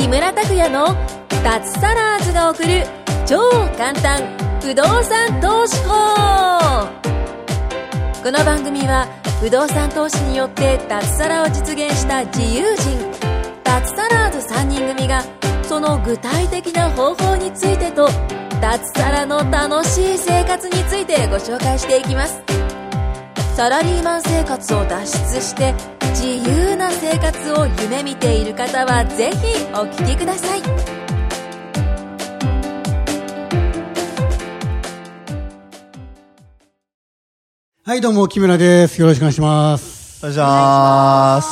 村拓哉の脱サラーズが送る超簡単不動産投資法。この番組は不動産投資によって脱サラを実現した自由人脱サラーズ3人組がその具体的な方法についてと脱サラの楽しい生活についてご紹介していきます。サラリーマン生活を脱出して自由な生活を夢見ている方はぜひお聞きください。 はいどうも木村です。よろしくお願いします。 お願いします。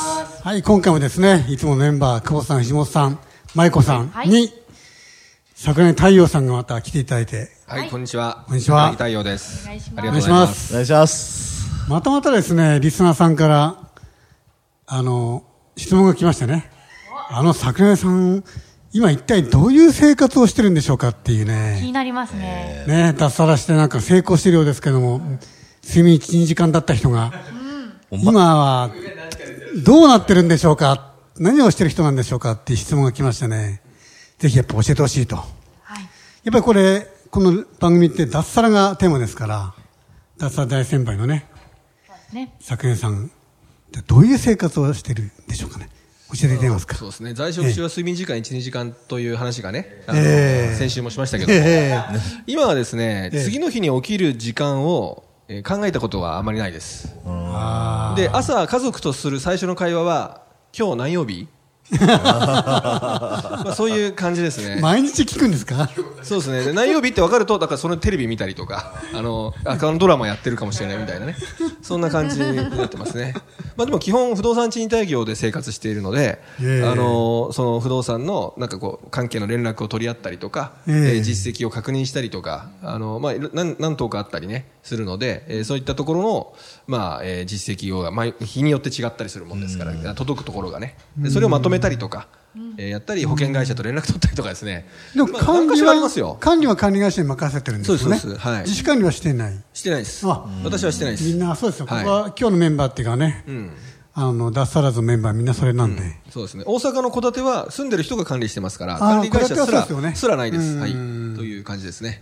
はい、今回もですね、いつものメンバー久保さん、藤本さん、舞子さんに、はい、桜根太陽さんがまた来ていただいて、 はい、こんにちは。 こんにちは。 太陽です。 お願いします。 ありがとうございます。 お願いします。 またまたですね、リスナーさんから質問が来ましてね、桜根さん今一体どういう生活をしてるんでしょうかっていうね。 気になりますね。 ね、脱サラしてなんか成功してるようですけども、睡眠 1,2 時間だった人が、今はどうなってるんでしょうか、何をしてる人なんでしょうかっていう質問が来ましてね、ぜひやっぱ教えてほしいと、はい、やっぱりこの番組って脱サラがテーマですから、脱サラ大先輩のね、桜根さんどういう生活をしてるんでしょうかね、教えていただけますか。 そうですね、在職中は睡眠時間 1,2 時間という話がね、先週もしましたけども、今はですね、次の日に起きる時間を考えたことはあまりないです。で、朝家族とする最初の会話は今日何曜日まあそういう感じですね。 毎日聞くんですか。 そうですね。で何曜日って分かると、だからそのテレビ見たりとか、このドラマやってるかもしれないみたいなね、そんな感じになってますね。まあでも基本不動産賃貸業で生活しているので、その不動産のなんかこう関係の連絡を取り合ったりとか、実績を確認したりとか、まあ何頭かあったりねするので、そういったところのまあ実績を日によって違ったりするもんですから、届くところがね、でそれをまとめたりとか、やったり保険会社と連絡取ったりとかですね。 でも管理は管理会社に任せてるんですよね。 そうです、はい、 自主管理はしてない。 してないです。私はしてないです。 みんなそうですよ。ここは今日のメンバーっていうかね、脱サラズのメンバーみんなそれなんで、 そうですね。大阪の戸建ては住んでる人が管理してますから、管理会社すらないです。はい、という感じですね。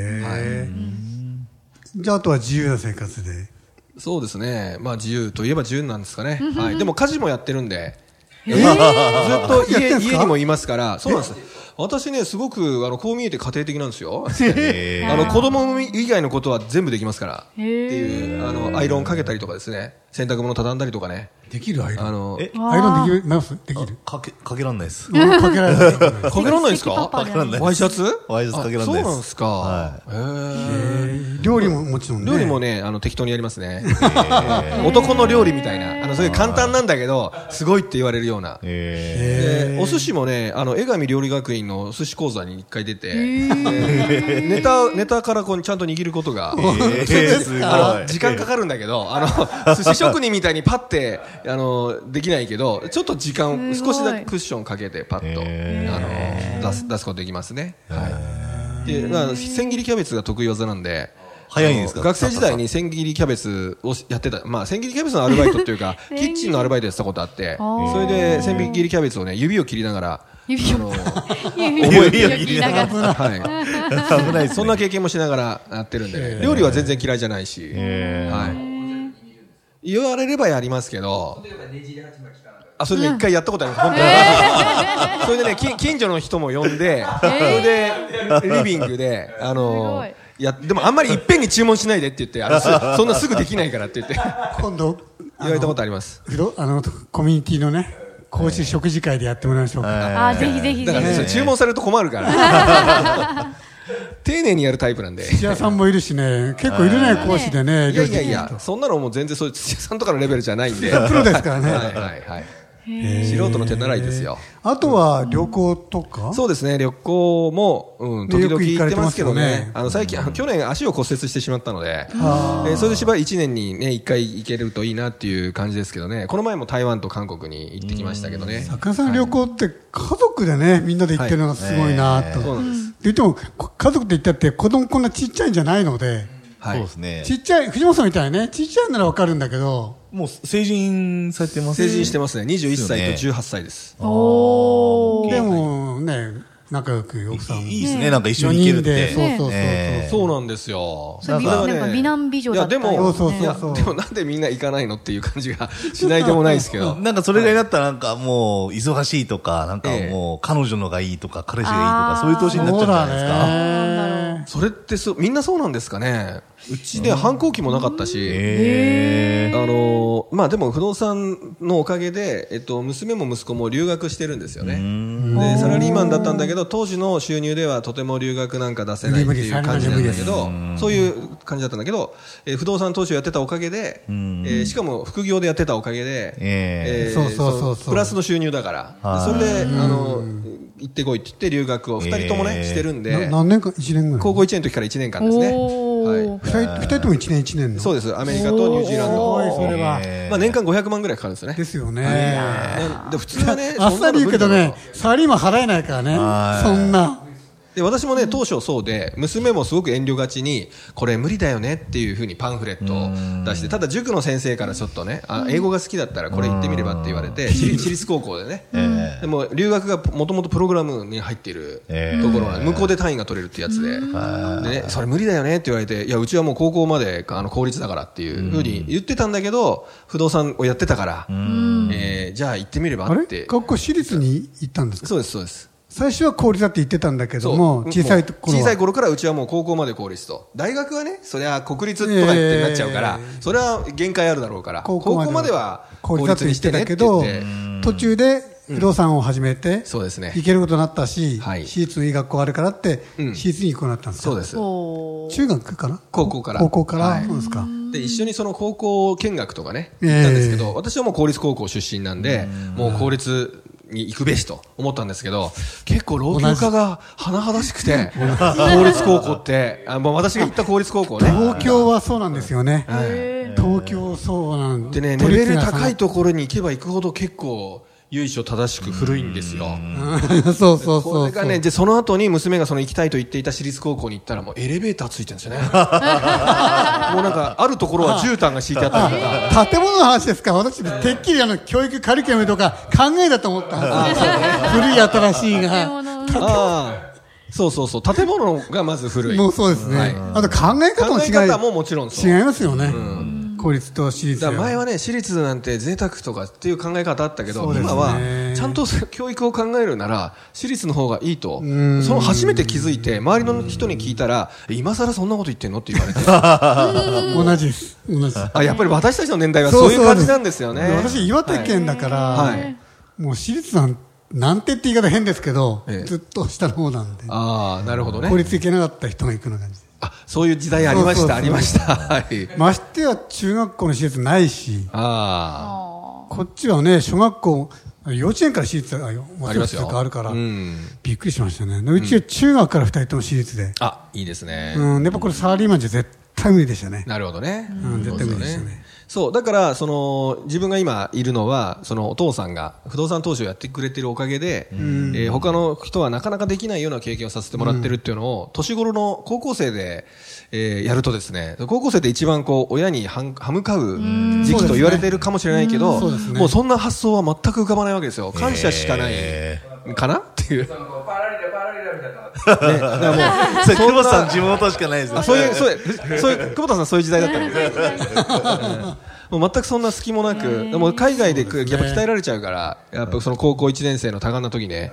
じゃああとは自由な生活で。 そうですね。まあ自由といえば自由なんですかね。はい。でも家事もやってるんで、ずっと家にもいますから。そうなんです。私ね、すごくこう見えて家庭的なんですよ。子供以外のことは全部できますからっていう、アイロンかけたりとかですね、洗濯物畳んだりとかね。 できるアイロン。アイロンできます？できる？ かけらんないです。 かけられない。 かけらんないですか？ かけらんない。 ワイシャツかけらんないです。 そうなんですか。 料理ももちろんね。 料理もね、適当にやりますね。男の料理みたいな、それ簡単なんだけど、すごいって言われるような。お寿司もね、江上料理学院のお寿司講座に一回出て、ネタからこうちゃんと握ることが、時間かかるんだけど、寿司職人みたいにパッて、できないけど、ちょっと時間少しだけクッションかけてパッと出すことできますね。で、千切りキャベツが得意技なんで、 早いんですか？ 学生時代に千切りキャベツをやってた、まあ千切りキャベツのアルバイトっていうかキッチンのアルバイトやってたことあって、それで千切りキャベツをね、指を切りながら指を切りながら、 はい、そんな経験もしながらやってるんで、料理は全然嫌いじゃないし、はい、言われればやりますけど、それで一回やったことあります、本当に。それでね、近所の人も呼んで、それでリビングででもあんまりいっぺんに注文しないでって言って、そんなすぐできないからって言って今度言われたことあります。 コミュニティのね、公式食事会でやってもらいましょうか。 ぜひぜひ。 だからね、注文されると困るから丁寧にやるタイプなんで。 土屋さんもいるしね、結構いるね、講師でね。 いや、そんなのもう全然そういう土屋さんとかのレベルじゃないんで。 プロですからね。 はい。素人の手習いですよ。 あとは旅行とか？ そうですね、旅行も、時々行ってますけどね。最近、去年足を骨折してしまったので、それでしばらく1年にね、1回行けるといいなっていう感じですけどね。この前も台湾と韓国に行ってきましたけどね。 坂さん旅行って家族でね、みんなで行ってるのがすごいなと。 そうなんです。 言っても、家族で行ったって子供こんなちっちゃいんじゃないので、 はいそうですね。 ちっちゃい、藤本さんみたいにね、ちっちゃいならわかるんだけど、 もう成人されてます成人してますね。21歳と18歳です。 おー。 でもね、仲良く奥さんも。 いいですね、なんか一緒に行けるって。 そうそうそうそう。 そうなんですよ。 それなんか美男美女だったりいや、でも、 そういや、でもなんでみんな行かないのっていう感じがしないでもないですけど。 なんかそれぐらいだったらなんかもう忙しいとか、なんかもう彼女のがいいとか、彼氏がいいとか、そういう年になっちゃうんじゃないですか。 そうだね。 それってみんなそうなんですかね。うちで反抗期もなかったし、まあでも不動産のおかげで、娘も息子も留学してるんですよね。で、サラリーマンだったんだけど、当時の収入ではとても留学なんか出せないっていう感じなんだけど、そういう感じだったんだけど、不動産投資をやってたおかげで、しかも副業でやってたおかげで、プラスの収入だから、それで、行ってこいって言って留学を2人ともね、してるんで、 何年か、1年ぐらい。 高校1年の時から1年間ですね。 2人とも1年の。 そうです。アメリカとニュージーランド。 それは。 まあ年間500万ぐらいかかるんですよね。 ですよね。 で普通はね、 あっさり言うけどね、サラリーマン払えないからね。そんな。 で私もね当初そうで娘もすごく遠慮がちにこれ無理だよねっていうふうにパンフレットを出してただ塾の先生からちょっとね英語が好きだったらこれ行ってみればって言われて私立高校でねでも留学がもともとプログラムに入っているところ向こうで単位が取れるってやつでねそれ無理だよねって言われていやうちはもう高校まで公立だからっていうふうに言ってたんだけど不動産をやってたからじゃあ行ってみればって。 学校私立に行ったんですか？ そうですそうです。 最初は公立だって言ってたんだけども、小さい頃からうちはもう高校まで公立と。大学はね、それは国立とかってなっちゃうから、それは限界あるだろうから、高校までは公立だって言ってたけど、途中で不動産を始めて、 そうですね。 行けることになったし、私立のいい学校あるからって、私立に行くようになったんですか？ そうです。 中学かな？ 高校から。 高校から、そうですか。 で、一緒にその高校見学とかね、行ったんですけど、私はもう公立高校出身なんで、もう公立、に行くべしと思ったんですけど結構老朽化が甚だしくて公立高校ってもう私が行った公立高校ね東京はそうなんですよね、東京そうなんでねレベル高いところに行けば行くほど結構由緒正しく古いんですよ。 そうそうそう。 これがね、で、その後に娘がその行きたいと言っていた私立高校に行ったらもうエレベーターついてるんですよね。もうなんか、あるところは絨毯が敷いてあったりとか。 建物の話ですか？私、てっきり教育カリキュラムとか考えだと思ったんですよ。古い新しいが。 そうそうそう。建物がまず古い。 もうそうですね。あと考え方も違い。 考え方ももちろんそう。 違いますよね。公立と私立前はね私立なんて贅沢とかっていう考え方あったけど、今はちゃんと教育を考えるなら私立の方がいいとその初めて気づいて周りの人に聞いたら今更そんなこと言ってんのって言われて同じです同じやっぱり私たちの年代はそういう感じなんですよね。 私岩手県だから、もう私立なんてって言い方変ですけど、ずっと下の方なんでなるほどね。 公立行けなかった人が行くような感じでそういう時代ありましたありました。 ましてや中学校の私立ないしこっちはね小学校幼稚園から私立がありますよあるからびっくりしましたね。うちは中学から2人とも私立でいいですね。 やっぱこれサラリーマンじゃ絶対無理でしたね。 なるほどね。 絶対無理でしたね。 そうだから自分が今いるのはお父さんが不動産投資をやってくれているおかげで、他の人はなかなかできないような経験をさせてもらっているっていうのを年頃の高校生で、やるとですね高校生って一番親に歯向かう時期と言われているかもしれないけど、もうそんな発想は全く浮かばないわけですよ。感謝しかないかなっていう。 久保田さん地元しかないですよ。 そういう久保田さんそういう時代だったんですもう全くそんな隙もなく、でも海外でやっぱ鍛えられちゃうから、やっぱその高校1年生の多感な時ね。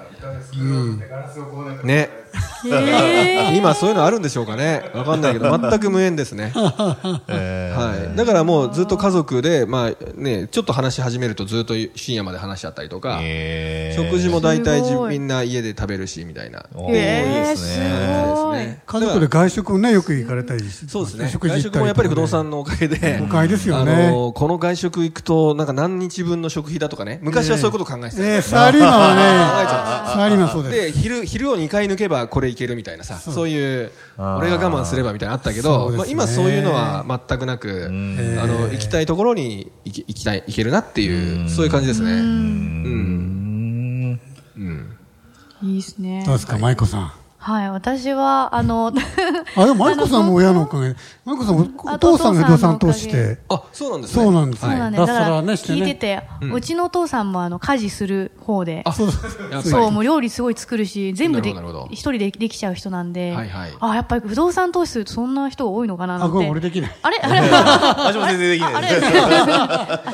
ね。今そういうのあるんでしょうかね。わかんないけど、全く無縁ですね。はい。だからもうずっと家族で、まあね、ちょっと話し始めるとずっと深夜まで話しちゃったりとか、食事も大体みんな家で食べるし、みたいな。 いいですね。家族で外食をね、よく行かれたりして。 そうですね。外食もやっぱり不動産のおかげで。 おかげですよね。 この外食行くと、なんか何日分の食費だとかね。昔はそういうこと考えてた。 サラリーマンはね、サラリーマンそうです。 で、昼を2回抜けばこれいけるみたいなさ、そういう、俺が我慢すればみたいなのあったけど、今そういうのは全くなく、行きたいところに行けるなっていう、そういう感じですね。 いいですね。 どうですか、舞子さん。 はい、私は、 でも、マイコさんも親のおかげで、マイコさんもお父さんが不動産投資して、 あ、そうなんですね。 そうなんですよ。 そうなんです。だから聞いてて、うちのお父さんも家事する方で、そう、もう料理すごい作るし、全部で一人でできちゃう人なんで、やっぱり不動産投資するとそんな人が多いのかななんて。 ごめん、俺できない。 私も全然できない。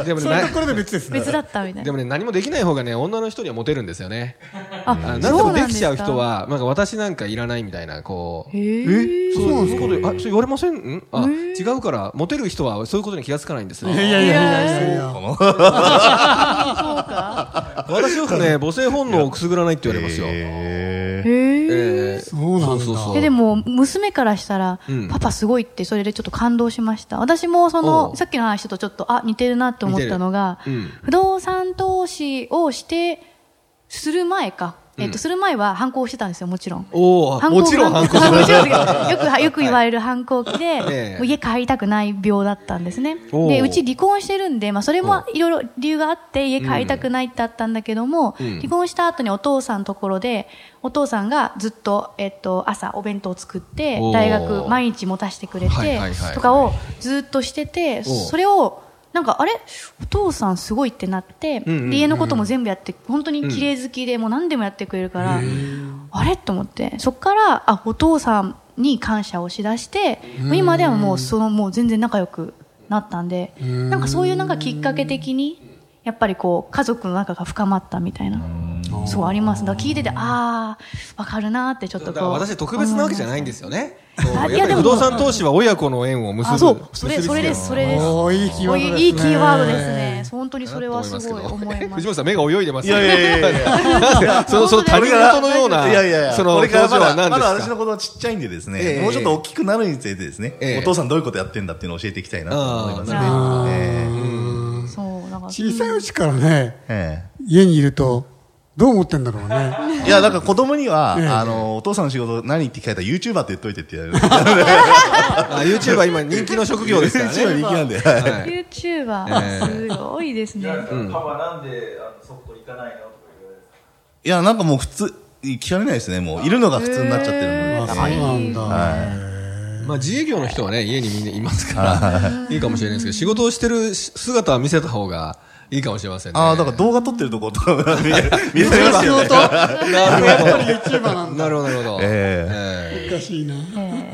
でもね、 そういうところで別ですね。 別だったみたいな。 でもね、何もできない方がね、女の人にはモテるんですよね。 何でもできちゃう人は、なんか私なんかいらないみたいな、こう。 そうなんですか。 そう言われません？違うから、モテる人はそういうことに気がつかないんですね。 いや。 そうか。 私よくね、母性本能をくすぐらないって言われますよ。 そうなんだ。 でも、娘からしたら、パパすごいって、それでちょっと感動しました。私もさっきの話とちょっと、似てるなって思ったのが、不動産投資をする前か。する前は反抗してたんですよ、もちろん。 もちろん反抗してた。よく言われる反抗期で、家帰りたくない病だったんですね。で、うち離婚してるんで、それもいろいろ理由があって、家帰りたくないってあったんだけども、離婚した後にお父さんのところで、お父さんがずっと、朝お弁当を作って、大学毎日持たせてくれて、とかをずっとしてて、それを、なんか、お父さんすごいってなって、家のことも全部やって、本当に綺麗好きで、もう何でもやってくれるから、あれと思って、そっから、お父さんに感謝をしだして、今ではもう、もう全然仲良くなったんで、なんかそういうなんかきっかけ的に、やっぱりこう、家族の仲が深まったみたいな。そうあります。だから聞いてて、わかるなってちょっとこう。 だから私特別なわけじゃないんですよね。やっぱり不動産投資は親子の縁を結ぶ。 そう、それです。 いいキーワードですね。 いいキーワードですね。本当にそれはすごい思います。 藤本さん目が泳いでますよ。 いや。 その他人事のような、そのこれから表情は何ですか？ まだ私の子供はちっちゃいんでですね、もうちょっと大きくなるにつれてですね、お父さんどういうことやってんだっていうのを教えていきたいなと思いますね。 小さいうちからね、家にいると、どう思ってんだろうね。 いや、だから子供には、お父さんの仕事何って聞かれたら YouTuber って言っといてって言われる。 YouTuber 今人気の職業ですからね。 YouTuber 人気なんで。 YouTuber、すごいですね。 パパなんでソフト行かないのとか言われるんですか？ いや、なんかもう普通、聞かれないですね。もう、いるのが普通になっちゃってるので。 そうなんだ。 自営業の人はね、家にみんないますから、いいかもしれないですけど、仕事をしてる姿は見せた方が、いいかもしれませんね。 だから動画撮ってるところとか見れますよね。 なるほど。 おかしいな。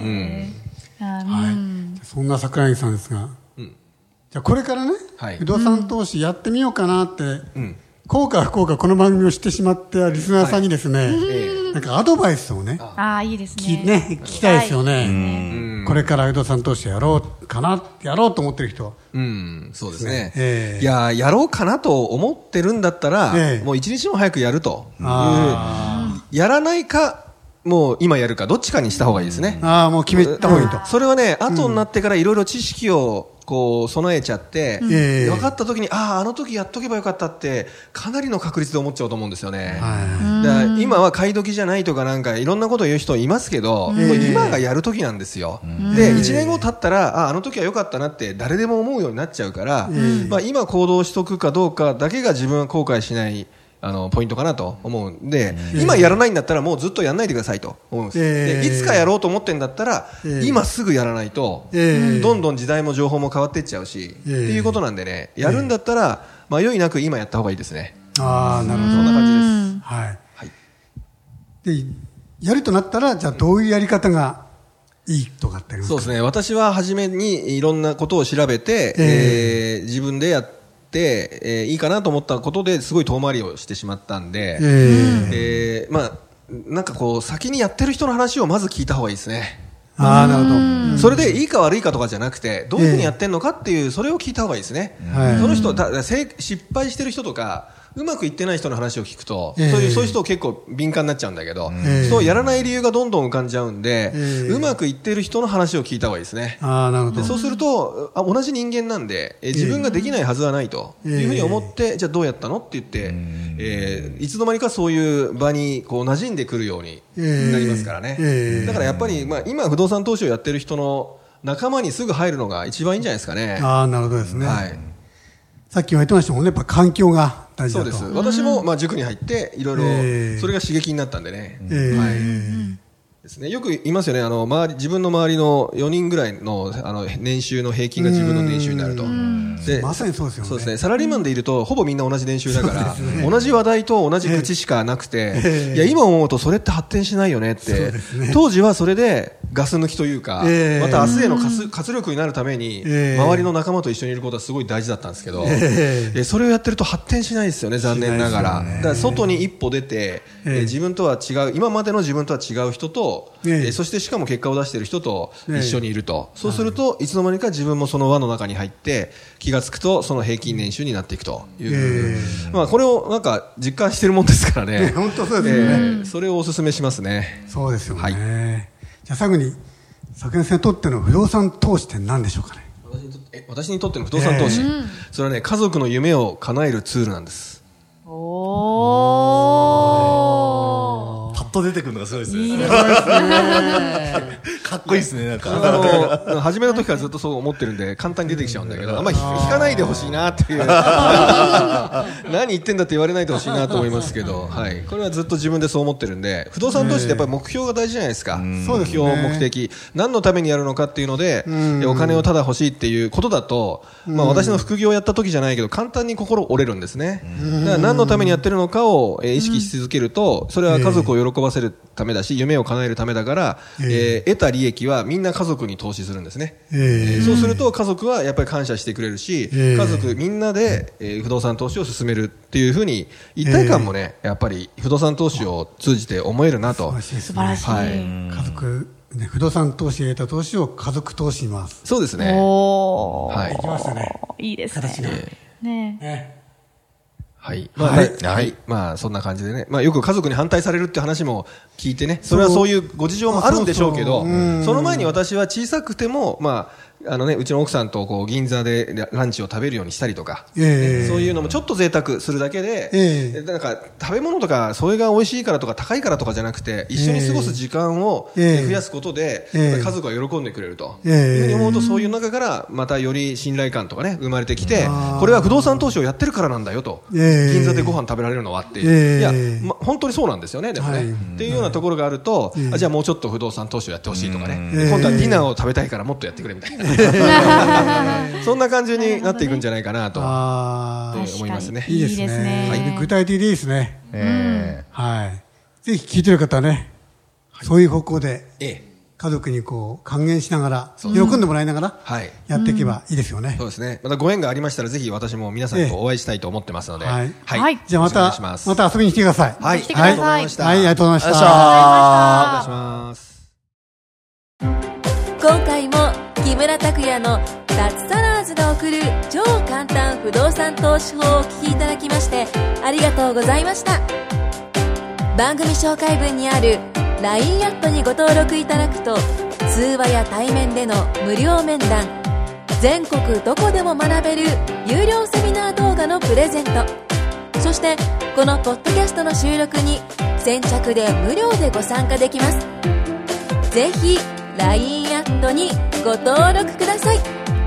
そんな桜井さんですが、じゃあこれからね、不動産投資やってみようかなって、幸か不幸かこの番組を知ってしまったリスナーさんにですね、なんかアドバイスをね、 いいですね。 聞きたいですよね。これから不動産投資やろうかな、やろうと思ってる人。 そうですね。いや、やろうかなと思ってるんだったら、もう一日も早くやるという、やらないか、もう今やるか、どっちかにした方がいいですね。 もう決めた方がいいと。 それはね、後になってからいろいろ知識を、こう備えちゃって、分かった時にあの時やっとけばよかったってかなりの確率で思っちゃうと思うんですよね。だから今は買い時じゃないとかなんかいろんなことを言う人いますけど、今がやる時なんですよ。で1年後経ったらあの時は良かったなって誰でも思うようになっちゃうから、今行動しとくかどうかだけが自分は後悔しないポイントかなと思うんで、今やらないんだったらもうずっとやらないでくださいと思うんです。でいつかやろうと思ってんだったら、今すぐやらないと、どんどん時代も情報も変わっていっちゃうし、っていうことなんでね、やるんだったら迷いなく今やった方がいいですね。 なるほど。 そんな感じです。 はい。で、やるとなったら、じゃあどういうやり方がいいとかってありますか？ そうですね。私は初めにいろんなことを調べて、自分でやっていいかなと思ったことですごい遠回りをしてしまったんで、なんかこう先にやってる人の話をまず聞いた方がいいですね。 なるほど。 それでいいか悪いかとかじゃなくて、どういうふうにやってんのかっていう、それを聞いた方がいいですね。その人失敗してる人とかうまくいってない人の話を聞くと、そういう人結構敏感になっちゃうんだけど、そうやらない理由がどんどん浮かんじゃうんで、うまくいってる人の話を聞いた方がいいですね。 なるほど。 でそうすると同じ人間なんで、自分ができないはずはないというふうに思って、じゃあどうやったのって言って、いつの間にかそういう場にこう馴染んでくるようになりますからね。だからやっぱり、今不動産投資をやってる人の仲間にすぐ入るのが一番いいんじゃないですかね。 なるほどですね。さっき言われてましたもんね、やっぱ環境が大事だと。 そうです。私も塾に入っていろいろそれが刺激になったんでね。 ですね。よく言いますよね。自分の周りの4人ぐらいの、年収の平均が自分の年収になると。 で、まさにそうですよね。 そうですね。サラリーマンでいると、ほぼみんな同じ年収だから、同じ話題と同じ口しかなくて、いや、今思うとそれって発展しないよねって、当時はそれでガス抜きというか、また明日への活力になるために、周りの仲間と一緒にいることはすごい大事だったんですけど、それをやってると発展しないですよね、残念ながら。だから外に一歩出て、自分とは違う、今までの自分とは違う人と、そしてしかも結果を出している人と一緒にいると。そうすると、いつの間にか自分もその輪の中に入って、気がつくとその平均年収になっていくという、まあこれをなんか実感してるもんですからね。 本当そうですよね。 それをお勧めしますね。 そうですよね。はい、じゃあ最後に昨年にとっての不動産投資って何でしょうかね。 私にとっての不動産投資、それはね、家族の夢を叶えるツールなんです。 おー、パッと出てくるのがすごいですね。いいですね。かっこいいですね、なんか。 始めた時からずっとそう思ってるんで、簡単に出てきちゃうんだけど、あんまり引かないでほしいなっていう。何言ってんだって言われないでほしいなと思いますけど、はい。これはずっと自分でそう思ってるんで、不動産投資ってやっぱり目標が大事じゃないですか。目標、目的。何のためにやるのかっていうので、お金をただ欲しいっていうことだと、まあ私の副業をやった時じゃないけど、簡単に心折れるんですね。だから何のためにやってるのかを意識し続けると、それは家族を喜ばせるためだし、夢を叶えるためだから、得た利益はみんな家族に投資するんですね。そうすると家族はやっぱり感謝してくれるし、家族みんなで、不動産投資を進めるっていうふうに一体感もね、やっぱり不動産投資を通じて思えるなと。 素晴らしい。 はい、家族、ね、不動産投資入れた投資を家族投資します。 そうですね。 おー。 はい。いきましたね。 いいですね。ね。 はい。まあ、はい。はい。まあ、そんな感じでね。まあ、よく家族に反対されるって話も聞いてね、それはそういうご事情もあるんでしょうけど、その前に私は小さくても、まあ、うちの奥さんとこう銀座でランチを食べるようにしたりとか、そういうのもちょっと贅沢するだけで、なんか食べ物とかそれが美味しいからとか高いからとかじゃなくて、一緒に過ごす時間を増やすことで、家族が喜んでくれるというふうに思うと、そういう中からまたより信頼感とかね、生まれてきて、これは不動産投資をやってるからなんだよと、銀座でご飯食べられるのはっていう、いや、本当にそうなんですよね、でもね。っていうようなところがあると、じゃあもうちょっと不動産投資をやってほしいとかね、今度はディナーを食べたいからもっとやってくれみたいな。そんな感じになっていくんじゃないかなと思いますね。 いいですね。具体的でいいですね。はい。ぜひ聞いてる方はね、そういう方向で家族にこう還元しながら、喜んでもらいながらやっていけばいいですよね。 そうですね。またご縁がありましたら、ぜひ私も皆さんとお会いしたいと思ってますので、 はい。じゃあまた遊びに来てください。 はい。 来てください。 はい、ありがとうございました。 お願いします。 今回も木村拓哉の脱サラーズが送る超簡単不動産投資法をお聞きいただきましてありがとうございました。番組紹介文にある LINE アットにご登録いただくと、通話や対面での無料面談、全国どこでも学べる有料セミナー動画のプレゼント、そしてこのポッドキャストの収録に先着で無料でご参加できます。ぜひ LINE アットにご登録ください。